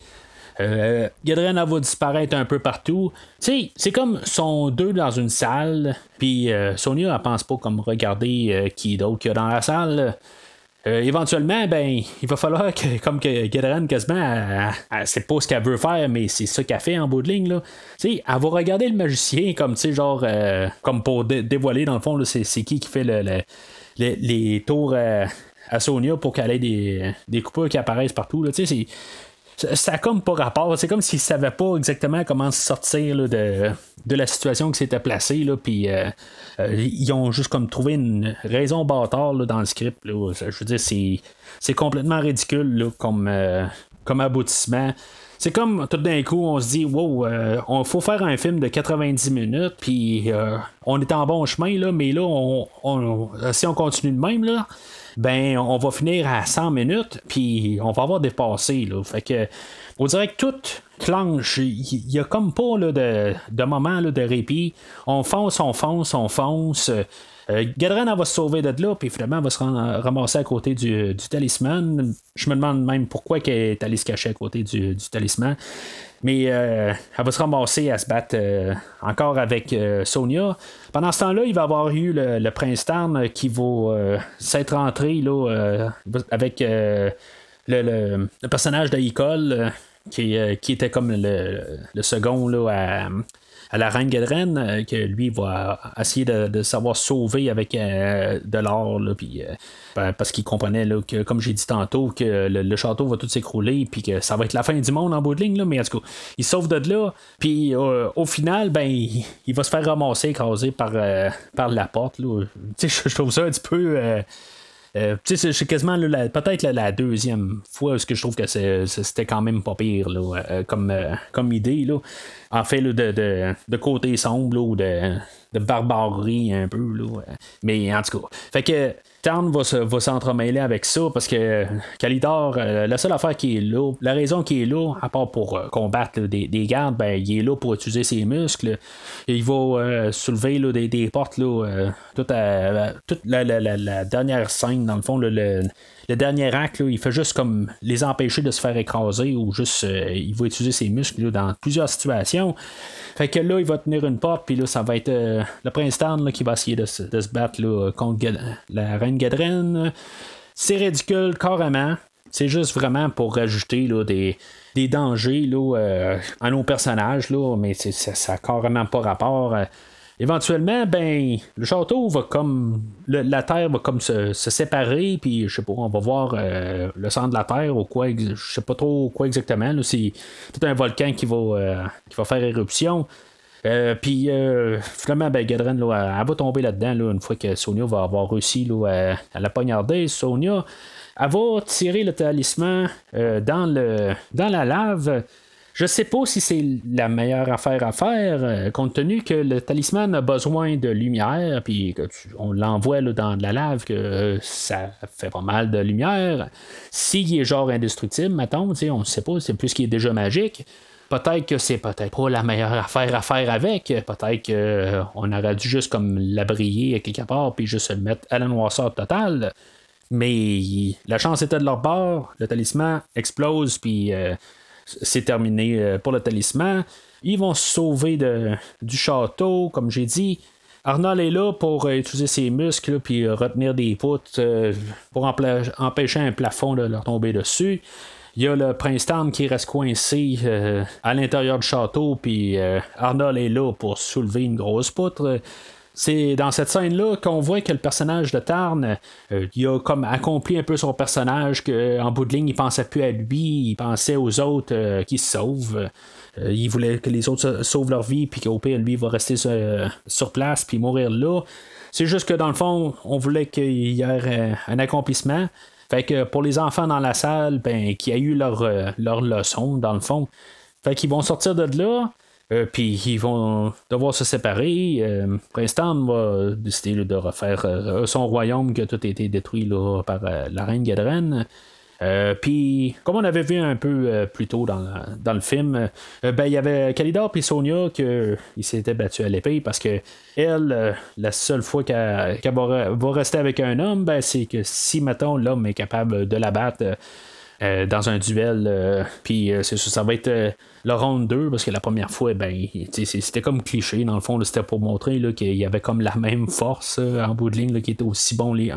Gedren va disparaître un peu partout. Tu sais, c'est comme sont 2 dans une salle, puis Sonia, elle pense pas comme regarder qui d'autre qu'il y a dans la salle. Éventuellement, ben, il va falloir que Gedren, quasiment, elle sait pas ce qu'elle veut faire, mais c'est ça qu'elle fait en bout de ligne. Là. Elle va regarder le magicien comme, genre, comme pour dévoiler, dans le fond, là, c'est qui fait les tours à Sonia pour qu'elle ait des coupures qui apparaissent partout. Là. Ça a comme pas rapport. C'est comme s'ils ne savaient pas exactement comment se sortir là, de la situation qui s'était placée. Puis ils ont juste comme trouvé une raison bâtard là, dans le script. Là. Je veux dire, c'est complètement ridicule là, comme aboutissement. c'est comme tout d'un coup, on se dit, wow, on faut faire un film de 90 minutes, puis on est en bon chemin, là, mais là, si on continue de même, là, ben, on va finir à 100 minutes, puis on va avoir dépassé, là. Fait que, on dirait que tout clenche. Il y a comme pas là, de moment là, de répit. On fonce, on fonce, on fonce. Gadren elle va se sauver de là, puis finalement elle va se ramasser à côté du talisman. Je me demande même pourquoi elle est allée se cacher à côté du talisman. Mais elle va se ramasser à se battre encore avec Sonia. Pendant ce temps-là, il va y avoir eu le prince Tarn qui va s'être rentré là, avec le personnage d'Aïkol. Qui était comme le second là, à la reine Gadren, que lui va essayer de savoir sauver avec de l'or, là, puis, parce qu'il comprenait là, que, comme j'ai dit tantôt, que le château va tout s'écrouler, puis que ça va être la fin du monde en bout de ligne, là, mais en tout cas, il sauve de là, puis au final, ben, il va se faire ramasser, écrasé par la porte. Là. Je trouve ça un petit peu. C'est quasiment peut-être la deuxième fois où je trouve que c'était quand même pas pire là, comme idée. Là. En fait, là, de côté sombre là, ou de barbarie un peu. Là. Mais en tout cas. Fait que Tarn va s'entremêler avec ça parce que Kalidor, la seule affaire qui est là, la raison qui est là, à part pour combattre là, des gardes, ben, il est là pour utiliser ses muscles. Il va soulever là, des portes, là, toute la dernière scène, dans le fond, le dernier acte, là, il fait juste comme les empêcher de se faire écraser ou juste il va utiliser ses muscles là, dans plusieurs situations. Fait que là, il va tenir une porte, puis là, ça va être le prince Tarn là, qui va essayer de se battre là, contre la reine Gadren. C'est ridicule, carrément. C'est juste vraiment pour rajouter là, des dangers là, à nos personnages, là, mais ça n'a carrément pas rapport. Éventuellement, ben, le château va comme. La terre va comme se séparer, puis je sais pas, on va voir le centre de la terre ou quoi, je sais pas trop quoi exactement. Là, c'est tout un volcan qui va faire éruption. Puis finalement, ben, Gadren, là, elle va tomber là-dedans là, une fois que Sonia va avoir réussi là, à la poignarder. Sonia, elle va tirer le talisman dans la lave. Je sais pas si c'est la meilleure affaire à faire, compte tenu que le talisman a besoin de lumière, puis on l'envoie là, dans de la lave, que ça fait pas mal de lumière. S'il est genre indestructible, mettons, on ne sait pas, c'est plus qu'il est déjà magique. Peut-être que c'est peut-être pas la meilleure affaire à faire avec. Peut-être qu'on aurait dû juste comme l'abrier quelque part, puis juste le mettre à la noirceur totale. Mais la chance était de leur bord, le talisman explose, puis c'est terminé pour le talisman. Ils vont se sauver du château, comme j'ai dit. Arnold est là pour utiliser ses muscles puis retenir des poutres pour empêcher un plafond de leur tomber dessus. Il y a le prince Tarn qui reste coincé à l'intérieur du château, puis Arnold est là pour soulever une grosse poutre. C'est dans cette scène-là qu'on voit que le personnage de Tarn, il a comme accompli un peu son personnage, qu'en bout de ligne, il pensait plus à lui, il pensait aux autres qui se sauvent. Il voulait que les autres sauvent leur vie, puis qu'au pire, lui, il va rester sur place, puis mourir là. C'est juste que dans le fond, on voulait qu'il y ait un accomplissement. Fait que pour les enfants dans la salle, ben, qui a eu leur leçon, dans le fond. Fait qu'ils vont sortir de là. Puis ils vont devoir se séparer. Prince Tarn va décider là, de refaire son royaume qui a tout été détruit là, par la reine Gadren. Puis, comme on avait vu un peu plus tôt dans le film, ben, il y avait Kalidor et Sonia qui s'étaient battus à l'épée parce que elle, la seule fois qu'elle va rester avec un homme, ben, c'est que si, mettons, l'homme est capable de la battre dans un duel, puis c'est ça va être le round 2 parce que la première fois, ben, c'était comme cliché, dans le fond, là, c'était pour montrer là, qu'il y avait comme la même force en bout de ligne là, qui était aussi bon les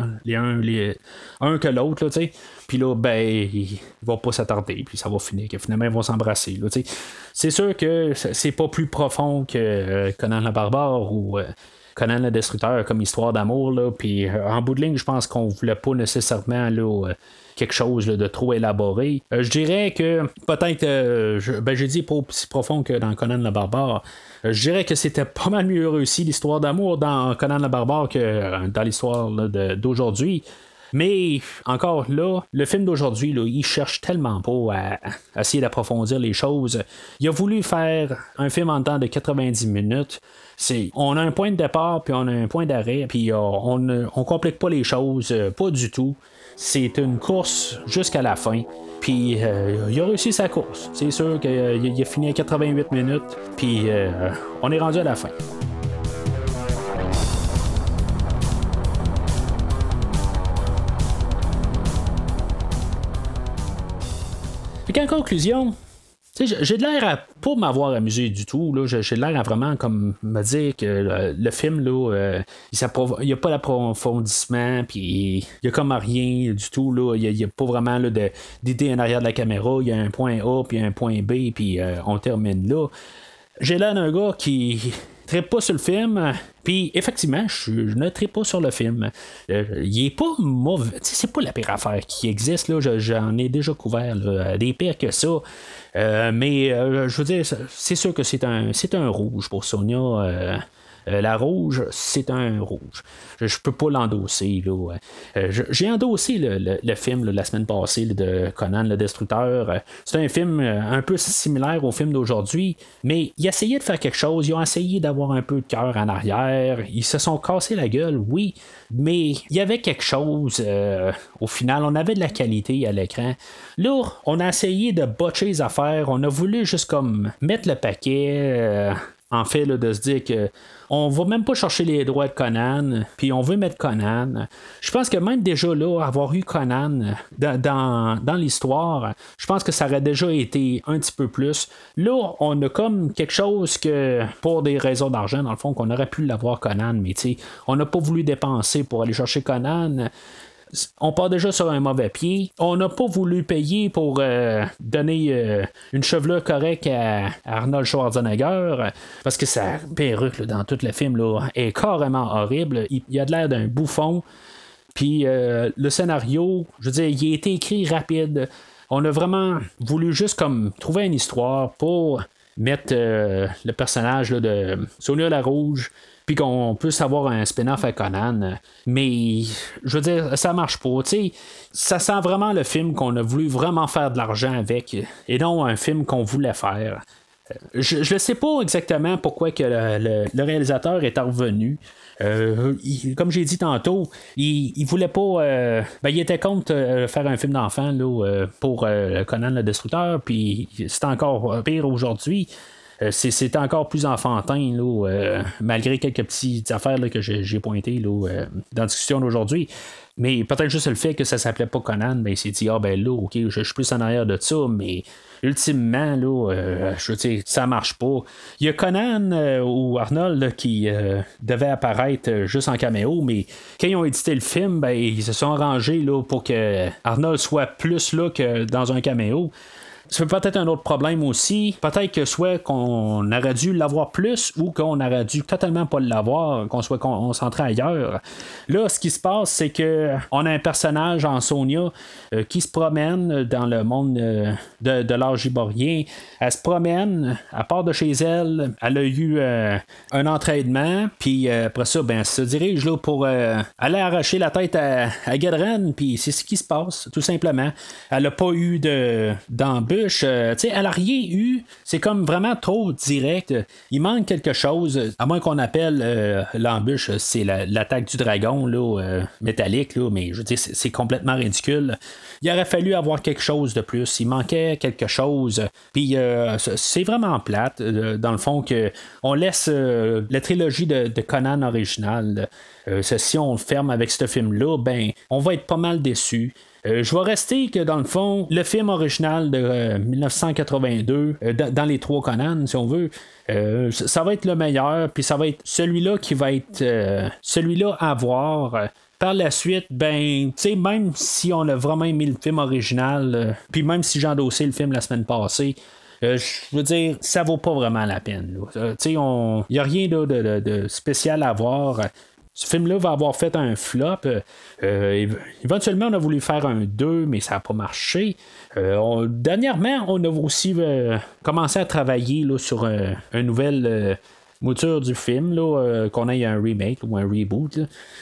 un que l'autre, tu sais. Puis là, ben, il va pas s'attarder, puis ça va finir, que finalement, ils vont s'embrasser. Là, c'est sûr que c'est pas plus profond que Conan le Barbare ou Conan le Destructeur comme histoire d'amour. Là, puis en bout de ligne, je pense qu'on voulait pas nécessairement là, quelque chose là, de trop élaboré. Je dirais que peut-être, j'ai dit pas aussi profond que dans Conan le Barbare. Je dirais que c'était pas mal mieux réussi l'histoire d'amour dans Conan le Barbare que dans l'histoire là, d'aujourd'hui. Mais encore là, le film d'aujourd'hui, là, il cherche tellement pas à essayer d'approfondir les choses. Il a voulu faire un film en temps de 90 minutes. On a un point de départ, puis on a un point d'arrêt, puis on complique pas les choses, pas du tout. C'est une course jusqu'à la fin. Puis il a réussi sa course. C'est sûr qu'il a fini à 88 minutes, puis on est rendu à la fin. Puis en conclusion, j'ai de l'air à pas m'avoir amusé du tout. Là. J'ai de l'air à vraiment comme me dire que le film, là, il n'y a pas d'approfondissement, puis il n'y a comme rien du tout. Là. Il n'y a pas vraiment là, d'idée en arrière de la caméra. Il y a un point A, puis un point B, puis on termine là. J'ai l'air d'un gars qui trippe pas sur le film. Puis effectivement, je ne trippe pas sur le film. Il est pas mauvais. T'sais, c'est pas la pire affaire qui existe. Là. J'en ai déjà couvert là, des pires que ça. Mais je veux dire, c'est sûr que c'est un rouge pour Sonia. La rouge, c'est un rouge. Je peux pas l'endosser. Là. J'ai endossé le film la semaine passée de Conan le Destructeur. C'est un film un peu similaire au film d'aujourd'hui, mais ils essayaient de faire quelque chose. Ils ont essayé d'avoir un peu de cœur en arrière. Ils se sont cassés la gueule, oui, mais il y avait quelque chose. Au final, on avait de la qualité à l'écran. Là, on a essayé de botcher les affaires. On a voulu juste comme mettre le paquet. En fait, là, de se dire que on va même pas chercher les droits de Conan, puis on veut mettre Conan. Je pense que même déjà là, avoir eu Conan dans l'histoire, je pense que ça aurait déjà été un petit peu plus. Là, on a comme quelque chose que, pour des raisons d'argent, dans le fond, qu'on aurait pu l'avoir Conan, mais tu sais, on n'a pas voulu dépenser pour aller chercher Conan. On part déjà sur un mauvais pied. On n'a pas voulu payer pour donner une chevelure correcte à Arnold Schwarzenegger parce que sa perruque là, dans tout le film là, est carrément horrible. Il a de l'air d'un bouffon. Puis le scénario, je veux dire, il a été écrit rapide. On a vraiment voulu juste comme trouver une histoire pour mettre le personnage là, de Sonia la Rouge, puis qu'on puisse avoir un spin-off à Conan. Mais, je veux dire, ça marche pas. T'sais, ça sent vraiment le film qu'on a voulu vraiment faire de l'argent avec, et non un film qu'on voulait faire. Je ne sais pas exactement pourquoi que le réalisateur est revenu. Comme j'ai dit tantôt, il voulait pas. Il était contre faire un film d'enfant là, pour Conan le Destructeur, puis c'est encore pire aujourd'hui. C'est encore plus enfantin, là, malgré quelques petites affaires là, que j'ai pointées là, dans la discussion d'aujourd'hui. Mais peut-être juste le fait que ça s'appelait pas Conan, ben il s'est dit, ben là, ok, je suis plus en arrière de ça, mais ultimement, là, je veux dire, ça marche pas. Il y a Conan ou Arnold là, qui devait apparaître juste en caméo, mais quand ils ont édité le film, ben ils se sont arrangés là, pour que Arnold soit plus là que dans un caméo. Ça peut peut-être un autre problème aussi. Peut-être que soit qu'on aurait dû l'avoir plus ou qu'on aurait dû totalement pas l'avoir, qu'on soit concentré ailleurs. Là, ce qui se passe, c'est que on a un personnage en Sonia qui se promène dans le monde de l'âge iborien. Elle se promène, à part de chez elle, elle a eu un entraînement, puis après ça, ben, elle se dirige là, pour aller arracher la tête à Gedren, puis c'est ce qui se passe, tout simplement. Elle n'a pas eu d'embûche. Elle n'a rien eu. C'est comme vraiment trop direct. Il manque quelque chose, à moins qu'on appelle l'embûche, c'est l'attaque du dragon là, métallique, là, mais je veux dire, c'est complètement ridicule. Il aurait fallu avoir quelque chose de plus. Il manquait quelque chose. Puis c'est vraiment plate, dans le fond, que on laisse la trilogie de Conan original. Si on ferme avec ce film-là, ben, on va être pas mal déçus. Je vais rester que dans le fond, le film original de 1982, dans les trois Conan, si on veut, ça va être le meilleur, puis ça va être celui-là qui va être celui-là à voir. Par la suite, ben, tu sais, même si on a vraiment aimé le film original, puis même si j'ai endossé le film la semaine passée, je veux dire, ça vaut pas vraiment la peine. Tu sais, il n'y a rien de spécial à voir. Ce film-là va avoir fait un flop. Éventuellement, on a voulu faire un 2, mais ça n'a pas marché. Dernièrement, on a aussi commencé à travailler là, sur un nouvel mouture du film, là, qu'on ait un remake ou un reboot.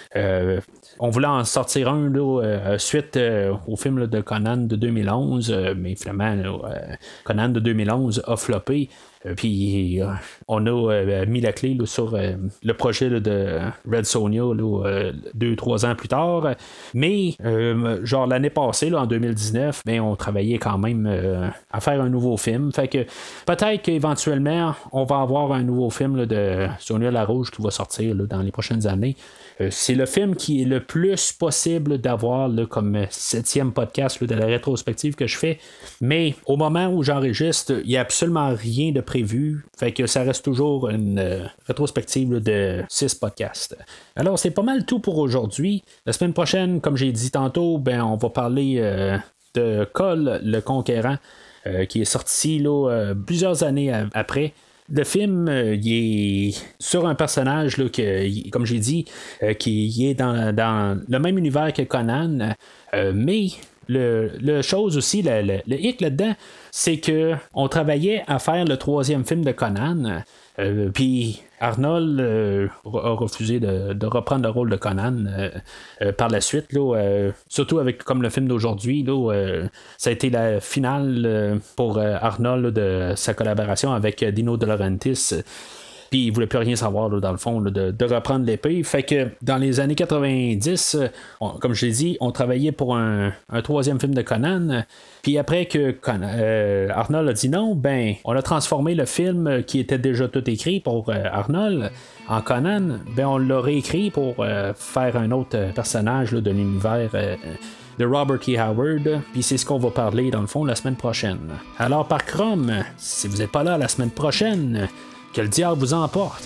On voulait en sortir un là, suite au film là, de Conan de 2011, mais finalement, Conan de 2011 a floppé. Puis on a mis la clé là, sur le projet là, de Red Sonja 2-3 ans plus tard. Mais genre l'année passée, là, en 2019, ben, on travaillait quand même à faire un nouveau film. Fait que peut-être qu'éventuellement, on va avoir un nouveau film là, de Sonia la Rouge qui va sortir là, dans les prochaines années. C'est le film qui est le plus possible d'avoir là, comme 7e podcast là, de la rétrospective que je fais. Mais au moment où j'enregistre, il n'y a absolument rien de prévu. Fait que ça reste toujours une rétrospective là, de 6 podcasts. Alors, c'est pas mal tout pour aujourd'hui. La semaine prochaine, comme j'ai dit tantôt, ben, on va parler de Cole le Conquérant, qui est sorti là, plusieurs années après. Le film, il est sur un personnage, là, comme j'ai dit, qui est dans le même univers que Conan, mais le chose aussi, le hic là-dedans, c'est que on travaillait à faire le 3e film de Conan, puis Arnold a refusé de reprendre le rôle de Conan par la suite, là, surtout avec comme le film d'aujourd'hui, là, ça a été la finale pour Arnold là, de sa collaboration avec Dino De Laurentiis. Puis il voulait plus rien savoir là, dans le fond là, de reprendre l'épée. Fait que dans les années 90, comme je l'ai dit, on travaillait pour un 3e film de Conan. Puis après que Arnold a dit non, ben on a transformé le film qui était déjà tout écrit pour Arnold en Conan. Ben on l'a réécrit pour faire un autre personnage là, de l'univers de Robert E. Howard, puis c'est ce qu'on va parler dans le fond la semaine prochaine. Alors par Chrome, si vous n'êtes pas là la semaine prochaine, que le diable vous emporte.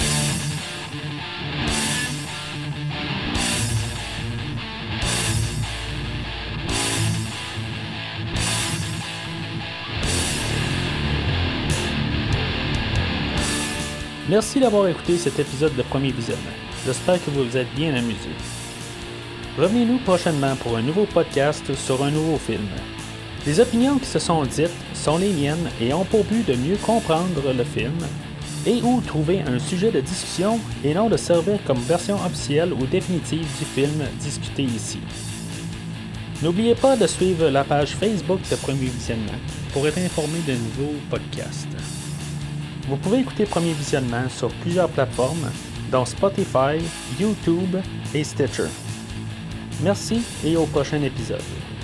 Merci d'avoir écouté cet épisode de Premier Visionnement. J'espère que vous vous êtes bien amusés. Revenez-nous prochainement pour un nouveau podcast sur un nouveau film. Les opinions qui se sont dites sont les miennes et ont pour but de mieux comprendre le film et ou trouver un sujet de discussion et non de servir comme version officielle ou définitive du film discuté ici. N'oubliez pas de suivre la page Facebook de Premier Visionnement pour être informé de nouveaux podcasts. Vous pouvez écouter Premier Visionnement sur plusieurs plateformes, dont Spotify, YouTube et Stitcher. Merci et au prochain épisode.